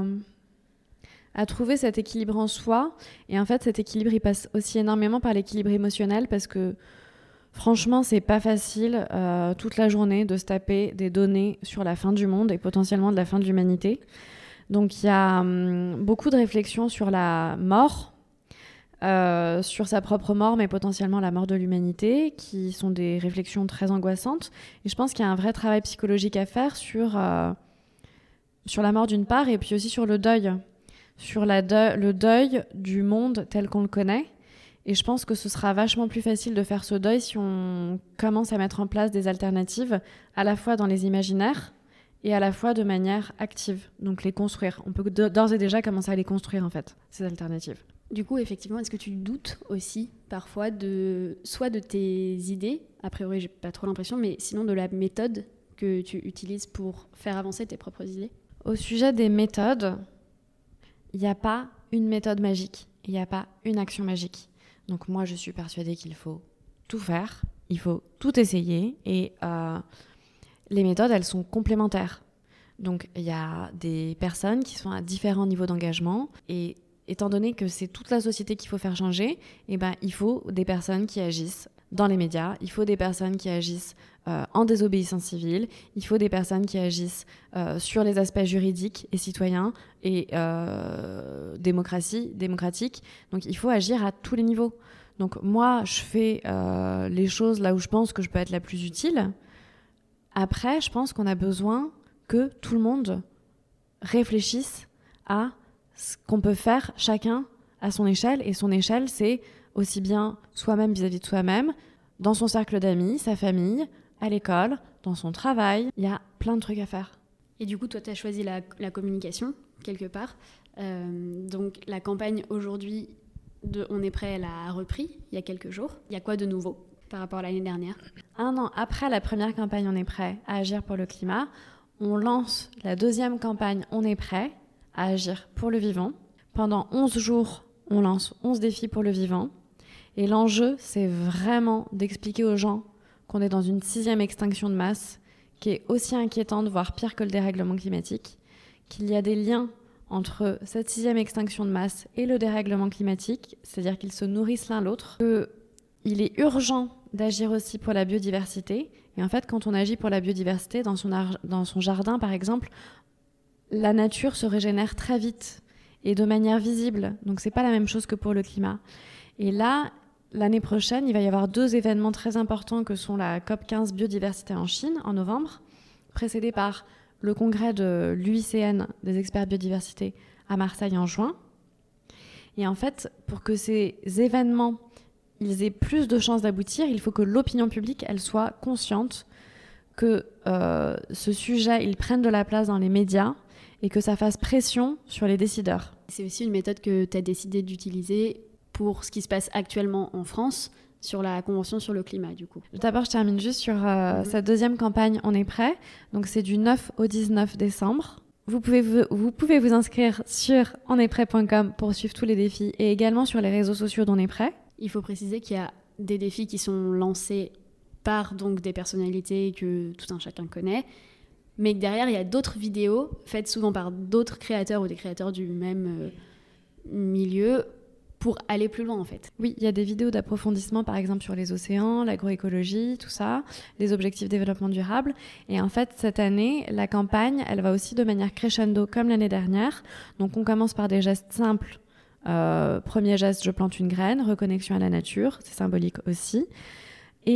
à trouver cet équilibre en soi. Et en fait, cet équilibre, il passe aussi énormément par l'équilibre émotionnel, parce que franchement, c'est pas facile toute la journée de se taper des données sur la fin du monde et potentiellement de la fin de l'humanité. Donc il y a beaucoup de réflexions sur la mort, sur sa propre mort, mais potentiellement la mort de l'humanité, qui sont des réflexions très angoissantes. Et je pense qu'il y a un vrai travail psychologique à faire sur la mort d'une part, et puis aussi sur le deuil. Sur le deuil du monde tel qu'on le connaît. Et je pense que ce sera vachement plus facile de faire ce deuil si on commence à mettre en place des alternatives, à la fois dans les imaginaires et à la fois de manière active. Donc les construire. On peut d'ores et déjà commencer à les construire, en fait, ces alternatives. Du coup, effectivement, est-ce que tu doutes aussi parfois soit de tes idées, a priori j'ai pas trop l'impression, mais sinon de la méthode que tu utilises pour faire avancer tes propres idées? Au sujet des méthodes, il n'y a pas une méthode magique, il n'y a pas une action magique. Donc moi, je suis persuadée qu'il faut tout faire, il faut tout essayer, et les méthodes, elles sont complémentaires. Donc il y a des personnes qui sont à différents niveaux d'engagement, et étant donné que c'est toute la société qu'il faut faire changer, il faut des personnes qui agissent dans les médias, il faut des personnes qui agissent en désobéissance civile, il faut des personnes qui agissent sur les aspects juridiques et citoyens et démocratique. Donc il faut agir à tous les niveaux. Donc moi, je fais les choses là où je pense que je peux être la plus utile. Après, je pense qu'on a besoin que tout le monde réfléchisse à ce qu'on peut faire chacun à son échelle. Et son échelle, c'est aussi bien soi-même vis-à-vis de soi-même, dans son cercle d'amis, sa famille, à l'école, dans son travail. Il y a plein de trucs à faire. Et du coup, toi, tu as choisi la communication, quelque part. Donc, la campagne aujourd'hui de On est prêt, elle a repris il y a quelques jours. Il y a quoi de nouveau par rapport à l'année dernière? 1 an après la première campagne On est prêt à agir pour le climat, on lance la deuxième campagne On est prêt à agir pour le vivant. Pendant 11 jours, on lance 11 défis pour le vivant. Et l'enjeu, c'est vraiment d'expliquer aux gens qu'on est dans une 6e extinction de masse, qui est aussi inquiétante, voire pire que le dérèglement climatique, qu'il y a des liens entre cette 6e extinction de masse et le dérèglement climatique, c'est-à-dire qu'ils se nourrissent l'un l'autre, qu'il est urgent d'agir aussi pour la biodiversité. Et en fait, quand on agit pour la biodiversité, dans son jardin, par exemple, la nature se régénère très vite et de manière visible. Donc, c'est pas la même chose que pour le climat. Et là, l'année prochaine, il va y avoir 2 événements très importants que sont la COP15 biodiversité en Chine, en novembre, précédé par le congrès de l'UICN des experts biodiversité à Marseille en juin. Et en fait, pour que ces événements ils aient plus de chances d'aboutir, il faut que l'opinion publique elle soit consciente que ce sujet il prenne de la place dans les médias et que ça fasse pression sur les décideurs. C'est aussi une méthode que tu as décidé d'utiliser pour ce qui se passe actuellement en France sur la Convention sur le climat, du coup. D'abord, je termine juste sur cette deuxième campagne On est prêt. Donc, c'est du 9 au 19 décembre. Vous pouvez vous inscrire sur onestprêt.com pour suivre tous les défis et également sur les réseaux sociaux d'On est prêt. Il faut préciser qu'il y a des défis qui sont lancés par donc, des personnalités que tout un chacun connaît, mais que derrière, il y a d'autres vidéos faites souvent par d'autres créateurs ou des créateurs du même milieu pour aller plus loin, en fait. Oui, il y a des vidéos d'approfondissement, par exemple, sur les océans, l'agroécologie, tout ça, les objectifs de développement durable. Et en fait, cette année, la campagne, elle va aussi de manière crescendo, comme l'année dernière. Donc, on commence par des gestes simples. Premier geste, je plante une graine, reconnexion à la nature, c'est symbolique aussi. Et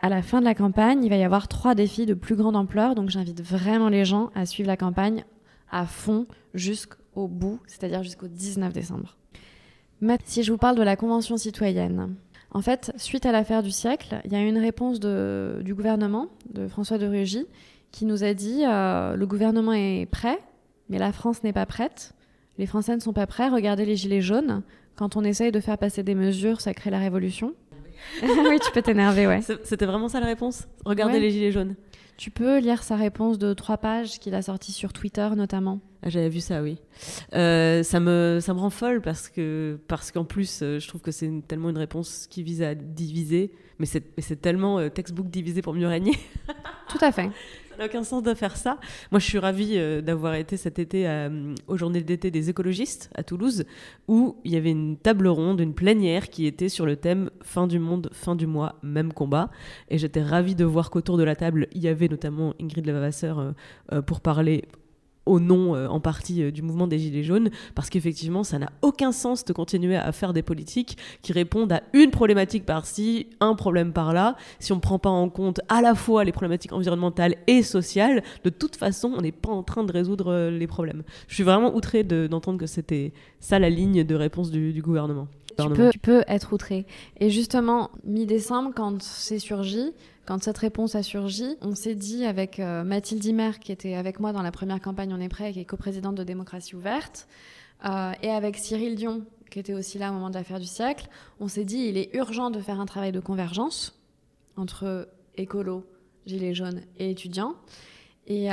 à la fin de la campagne, il va y avoir 3 défis de plus grande ampleur. Donc j'invite vraiment les gens à suivre la campagne à fond jusqu'au bout, c'est-à-dire jusqu'au 19 décembre. Maintenant, si je vous parle de la Convention citoyenne, en fait, suite à l'affaire du siècle, il y a eu une réponse du gouvernement, de François de Rugy, qui nous a dit le gouvernement est prêt, mais la France n'est pas prête. Les Français ne sont pas prêts. Regardez les gilets jaunes. Quand on essaye de faire passer des mesures, ça crée la révolution. Oui, tu peux t'énerver, ouais. C'était vraiment ça la réponse ? Regardez les gilets jaunes. Tu peux lire sa réponse de 3 pages qu'il a sortie sur Twitter notamment. Ah, j'avais vu ça, oui. Ça me rend folle parce qu'en plus, je trouve que c'est tellement une réponse qui vise à diviser, mais c'est tellement textbook divisé pour mieux régner. Tout à fait. Ça n'a aucun sens de faire ça. Moi, je suis ravie d'avoir été cet été aux journées d'été des écologistes à Toulouse, où il y avait une table ronde, une plénière qui était sur le thème « Fin du monde, fin du mois, même combat ». Et j'étais ravie de voir qu'autour de la table, il y avait notamment Ingrid Levavasseur pour parler au nom en partie du mouvement des Gilets jaunes, parce qu'effectivement ça n'a aucun sens de continuer à faire des politiques qui répondent à une problématique par-ci, un problème par-là. Si on ne prend pas en compte à la fois les problématiques environnementales et sociales, de toute façon on n'est pas en train de résoudre les problèmes. Je suis vraiment outrée d'entendre que c'était ça la ligne de réponse du gouvernement. Tu peux être outré. Et justement, mi-décembre, quand c'est surgi, quand cette réponse a surgi, on s'est dit avec Mathilde Imer, qui était avec moi dans la première campagne On est prêt, qui est coprésidente de Démocratie ouverte, et avec Cyril Dion, qui était aussi là au moment de l'affaire du siècle, on s'est dit il est urgent de faire un travail de convergence entre écolos, gilets jaunes et étudiants. Et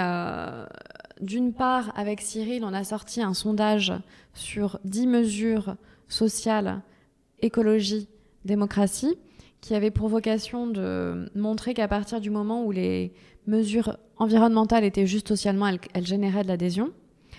d'une part, avec Cyril, on a sorti un sondage sur 10 mesures sociales, écologie, démocratie, qui avait pour vocation de montrer qu'à partir du moment où les mesures environnementales étaient justes socialement, elles généraient de l'adhésion.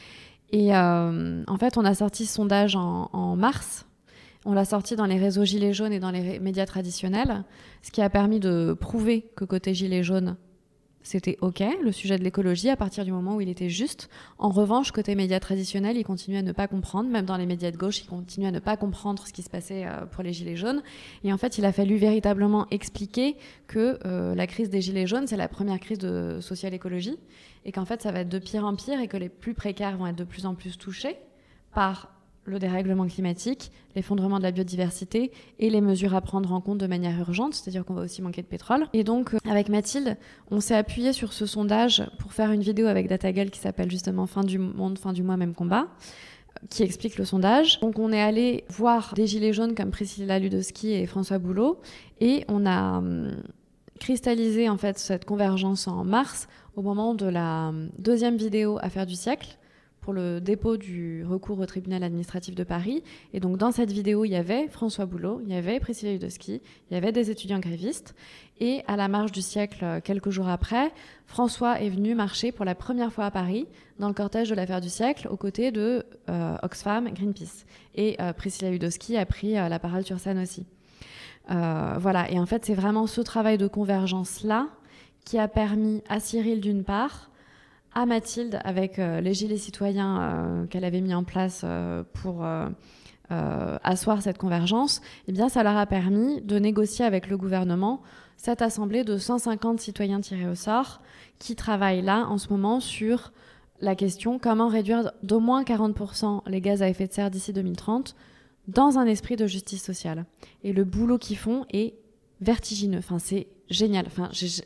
Et en fait, on a sorti ce sondage en mars. On l'a sorti dans les réseaux Gilets jaunes et dans les médias traditionnels, ce qui a permis de prouver que côté Gilets jaunes, c'était OK, le sujet de l'écologie, à partir du moment où il était juste. En revanche, côté médias traditionnels, ils continuaient à ne pas comprendre, même dans les médias de gauche, ils continuaient à ne pas comprendre ce qui se passait pour les Gilets jaunes. Et en fait, il a fallu véritablement expliquer que la crise des Gilets jaunes, c'est la première crise de social-écologie, et qu'en fait, ça va être de pire en pire, et que les plus précaires vont être de plus en plus touchés par le dérèglement climatique, l'effondrement de la biodiversité et les mesures à prendre en compte de manière urgente, c'est-à-dire qu'on va aussi manquer de pétrole. Et donc, avec Mathilde, on s'est appuyé sur ce sondage pour faire une vidéo avec DataGull qui s'appelle justement « Fin du monde, fin du mois, même combat », qui explique le sondage. Donc, on est allé voir des gilets jaunes comme Priscilla Ludowski et François Boulot, et on a cristallisé en fait cette convergence en mars, au moment de la deuxième vidéo Affaire du siècle, pour le dépôt du recours au tribunal administratif de Paris. Et donc, dans cette vidéo, il y avait François Boulot, il y avait Priscilla Ludowski, il y avait des étudiants grévistes. Et à la marche du siècle, quelques jours après, François est venu marcher pour la première fois à Paris, dans le cortège de l'affaire du siècle, aux côtés de Oxfam, Greenpeace. Et Priscilla Ludowski a pris la parole sur scène aussi. Voilà. Et en fait, c'est vraiment ce travail de convergence-là qui a permis à Cyril, d'une part, à Mathilde, avec les gilets citoyens qu'elle avait mis en place pour asseoir cette convergence, eh bien, ça leur a permis de négocier avec le gouvernement cette assemblée de 150 citoyens tirés au sort qui travaillent là, en ce moment, sur la question comment réduire d'au moins 40% les gaz à effet de serre d'ici 2030 dans un esprit de justice sociale. Et le boulot qu'ils font est vertigineux. Enfin, c'est génial. Enfin,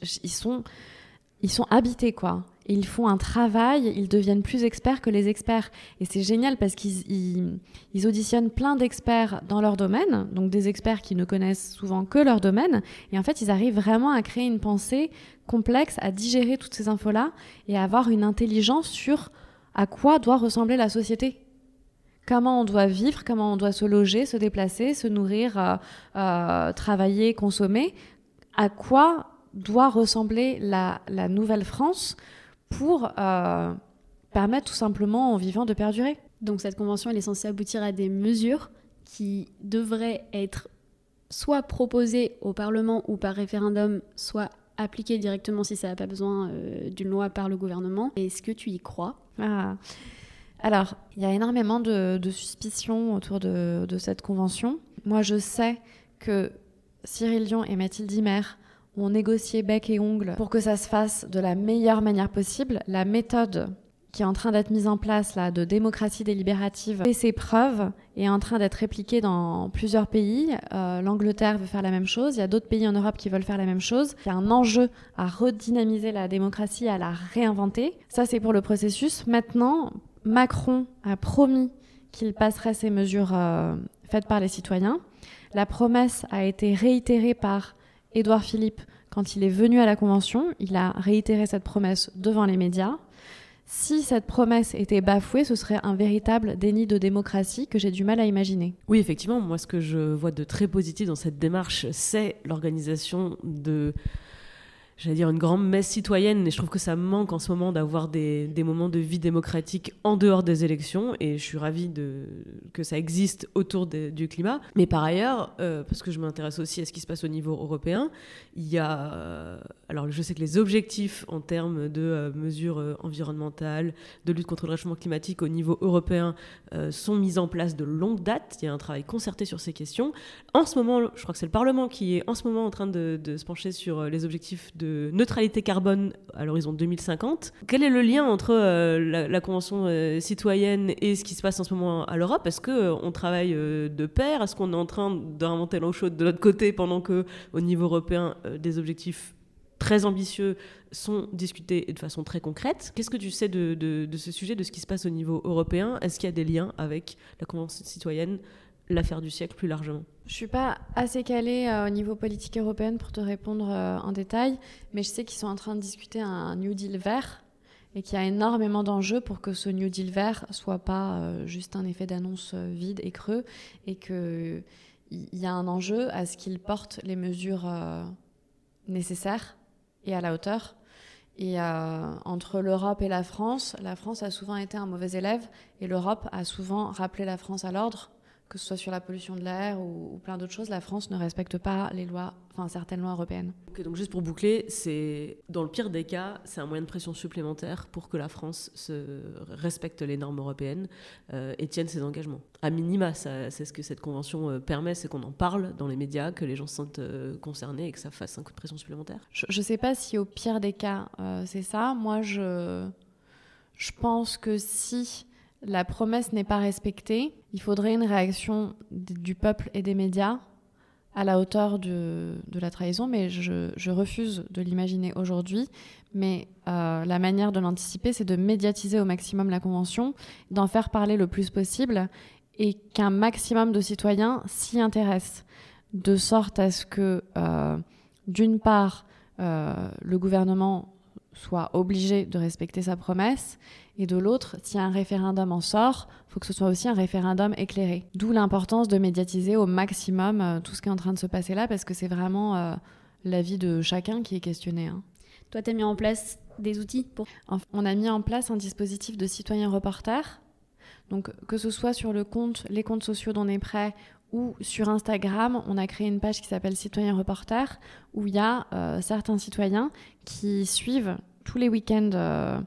ils sont habités, quoi. Et ils font un travail, ils deviennent plus experts que les experts. Et c'est génial parce qu'ils auditionnent plein d'experts dans leur domaine, donc des experts qui ne connaissent souvent que leur domaine. Et en fait, ils arrivent vraiment à créer une pensée complexe, à digérer toutes ces infos-là et à avoir une intelligence sur à quoi doit ressembler la société. Comment on doit vivre, comment on doit se loger, se déplacer, se nourrir, travailler, consommer. À quoi doit ressembler la nouvelle France pour permettre tout simplement aux vivants de perdurer. Donc cette convention, elle est censée aboutir à des mesures qui devraient être soit proposées au Parlement ou par référendum, soit appliquées directement si ça n'a pas besoin d'une loi par le gouvernement. Est-ce que tu y crois ? Alors, il y a énormément de suspicions autour de cette convention. Moi, je sais que Cyril Dion et Mathilde Imer ont négocié bec et ongles pour que ça se fasse de la meilleure manière possible. La méthode qui est en train d'être mise en place là, de démocratie délibérative fait ses preuves et est en train d'être répliquée dans plusieurs pays. L'Angleterre veut faire la même chose, il y a d'autres pays en Europe qui veulent faire la même chose. Il y a un enjeu à redynamiser la démocratie, à la réinventer. Ça, c'est pour le processus. Maintenant, Macron a promis qu'il passerait ces mesures faites par les citoyens. La promesse a été réitérée par Édouard Philippe quand il est venu à la Convention. Il a réitéré cette promesse devant les médias. Si cette promesse était bafouée, ce serait un véritable déni de démocratie que j'ai du mal à imaginer. Oui, effectivement, moi ce que je vois de très positif dans cette démarche, c'est l'organisation de... J'allais dire une grande messe citoyenne, et je trouve que ça manque en ce moment d'avoir des moments de vie démocratique en dehors des élections, et je suis ravie que ça existe autour du climat. Mais par ailleurs, parce que je m'intéresse aussi à ce qui se passe au niveau européen, il y a... alors je sais que les objectifs en termes de mesures environnementales, de lutte contre le réchauffement climatique au niveau européen sont mis en place de longue date. Il y a un travail concerté sur ces questions. En ce moment, je crois que c'est le Parlement qui est en ce moment en train de se pencher sur les objectifs de neutralité carbone à l'horizon 2050. Quel est le lien entre la Convention citoyenne et ce qui se passe en ce moment à l'Europe ? Est-ce qu'on travaille de pair ? Est-ce qu'on est en train d'inventer l'eau chaude de l'autre côté pendant qu'au niveau européen, des objectifs très ambitieux sont discutés de façon très concrète ? Qu'est-ce que tu sais de ce sujet, de ce qui se passe au niveau européen ? Est-ce qu'il y a des liens avec la Convention citoyenne, l'affaire du siècle plus largement ? Je ne suis pas assez calée au niveau politique européenne pour te répondre en détail, mais je sais qu'ils sont en train de discuter un New Deal vert et qu'il y a énormément d'enjeux pour que ce New Deal vert ne soit pas juste un effet d'annonce vide et creux, et qu'il y a un enjeu à ce qu'il porte les mesures nécessaires et à la hauteur. Et entre l'Europe et la France a souvent été un mauvais élève, et l'Europe a souvent rappelé la France à l'ordre, que ce soit sur la pollution de l'air ou plein d'autres choses. La France ne respecte pas les lois, certaines lois européennes. Okay, donc juste pour boucler, dans le pire des cas, c'est un moyen de pression supplémentaire pour que la France respecte les normes européennes et tienne ses engagements. À minima, c'est ce que cette convention permet, c'est qu'on en parle dans les médias, que les gens se sentent concernés et que ça fasse un coup de pression supplémentaire. Je ne sais pas si au pire des cas, c'est ça. Moi, je pense que si la promesse n'est pas respectée, il faudrait une réaction du peuple et des médias à la hauteur de la trahison, mais je refuse de l'imaginer aujourd'hui. Mais la manière de l'anticiper, c'est de médiatiser au maximum la Convention, d'en faire parler le plus possible et qu'un maximum de citoyens s'y intéressent, de sorte à ce que, d'une part, le gouvernement soit obligé de respecter sa promesse, et de l'autre, si un référendum en sort, il faut que ce soit aussi un référendum éclairé. D'où l'importance de médiatiser au maximum tout ce qui est en train de se passer là, parce que c'est vraiment la vie de chacun qui est questionnée. Toi, tu as mis en place des outils pour... On a mis en place un dispositif de citoyens reporters. Donc, que ce soit sur les comptes sociaux d'On est prêt, ou sur Instagram, on a créé une page qui s'appelle Citoyens Reporters, où il y a certains citoyens qui suivent tous les week-ends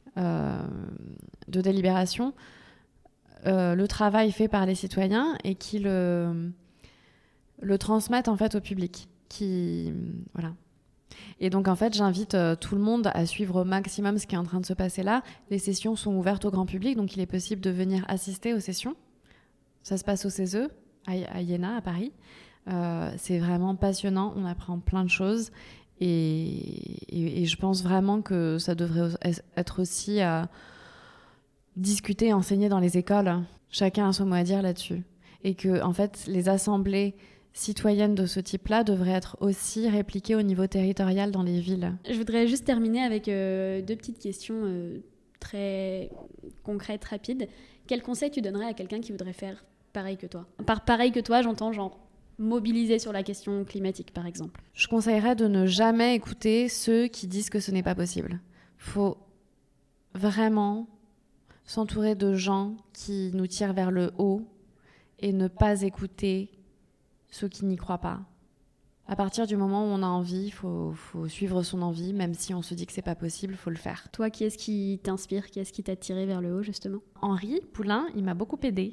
de délibération le travail fait par les citoyens et qui le transmettent en fait au public. Voilà. Et donc en fait, j'invite tout le monde à suivre au maximum ce qui est en train de se passer là. Les sessions sont ouvertes au grand public, donc il est possible de venir assister aux sessions. Ça se passe au CESE, à Iéna, à Paris. C'est vraiment passionnant, on apprend plein de choses. Et je pense vraiment que ça devrait être aussi discuté et enseigné dans les écoles. Chacun a son mot à dire là-dessus. Et que, en fait, les assemblées citoyennes de ce type-là devraient être aussi répliquées au niveau territorial dans les villes. Je voudrais juste terminer avec 2 petites questions très concrètes, rapides. Quel conseil tu donnerais à quelqu'un qui voudrait faire pareil que toi ? Par pareil que toi, j'entends genre mobiliser sur la question climatique, par exemple. Je conseillerais de ne jamais écouter ceux qui disent que ce n'est pas possible. Il faut vraiment s'entourer de gens qui nous tirent vers le haut et ne pas écouter ceux qui n'y croient pas. À partir du moment où on a envie, il faut suivre son envie, même si on se dit que c'est pas possible, il faut le faire. Toi, qui est-ce qui t'inspire ? Qui est-ce qui t'a tiré vers le haut, justement ? Henri Poulain, il m'a beaucoup aidé.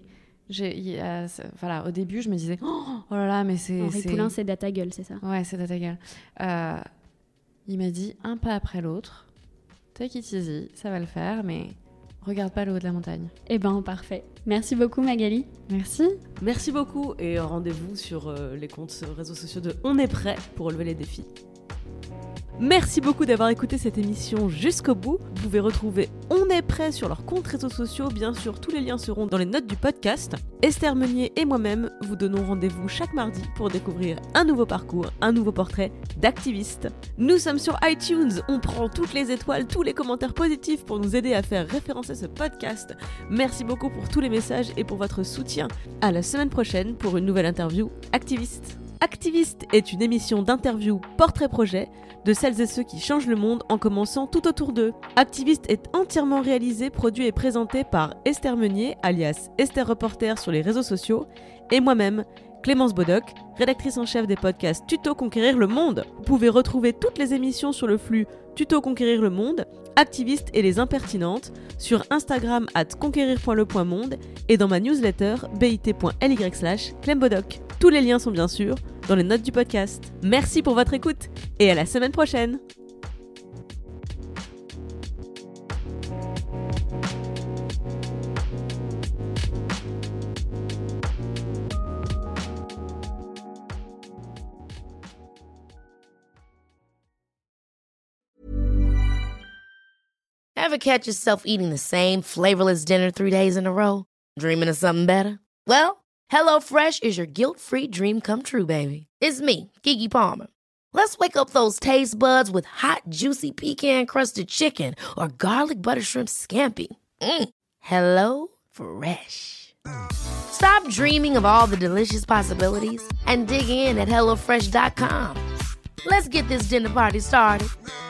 Voilà, au début, je me disais oh là là, mais c'est. Henri Poulain, c'est data gueule, c'est ça? Ouais, c'est data gueule. Il m'a dit un pas après l'autre. Take it easy, ça va le faire, mais regarde pas le haut de la montagne. Eh ben, parfait. Merci beaucoup, Magali. Merci. Merci beaucoup et rendez-vous sur les comptes réseaux sociaux de On est prêt pour relever les défis. Merci beaucoup d'avoir écouté cette émission jusqu'au bout. Vous pouvez retrouver On est prêt sur leurs comptes réseaux sociaux. Bien sûr, tous les liens seront dans les notes du podcast. Esther Meunier et moi-même vous donnons rendez-vous chaque mardi pour découvrir un nouveau parcours, un nouveau portrait d'activiste. Nous sommes sur iTunes. On prend toutes les étoiles, tous les commentaires positifs pour nous aider à faire référencer ce podcast. Merci beaucoup pour tous les messages et pour votre soutien. À la semaine prochaine pour une nouvelle interview Activiste. Activiste est une émission d'interview portrait-projet de celles et ceux qui changent le monde en commençant tout autour d'eux. Activiste est entièrement réalisé, produit et présenté par Esther Meunier, alias Esther Reporter sur les réseaux sociaux, et moi-même, Clémence Bodoc, rédactrice en chef des podcasts Tuto Conquérir le Monde. Vous pouvez retrouver toutes les émissions sur le flux Tuto Conquérir le Monde, Activiste et les Impertinentes, sur Instagram @conquérir.le.monde et dans ma newsletter bit.ly/clembodoc. Tous les liens sont bien sûr dans les notes du podcast. Merci pour votre écoute et à la semaine prochaine. Ever catch yourself eating the same flavorless dinner 3 days in a row? Dreaming of something better? Well, HelloFresh is your guilt-free dream come true, baby. It's me, Keke Palmer. Let's wake up those taste buds with hot, juicy pecan-crusted chicken or garlic butter shrimp scampi. Hello Fresh. Stop dreaming of all the delicious possibilities and dig in at HelloFresh.com. Let's get this dinner party started.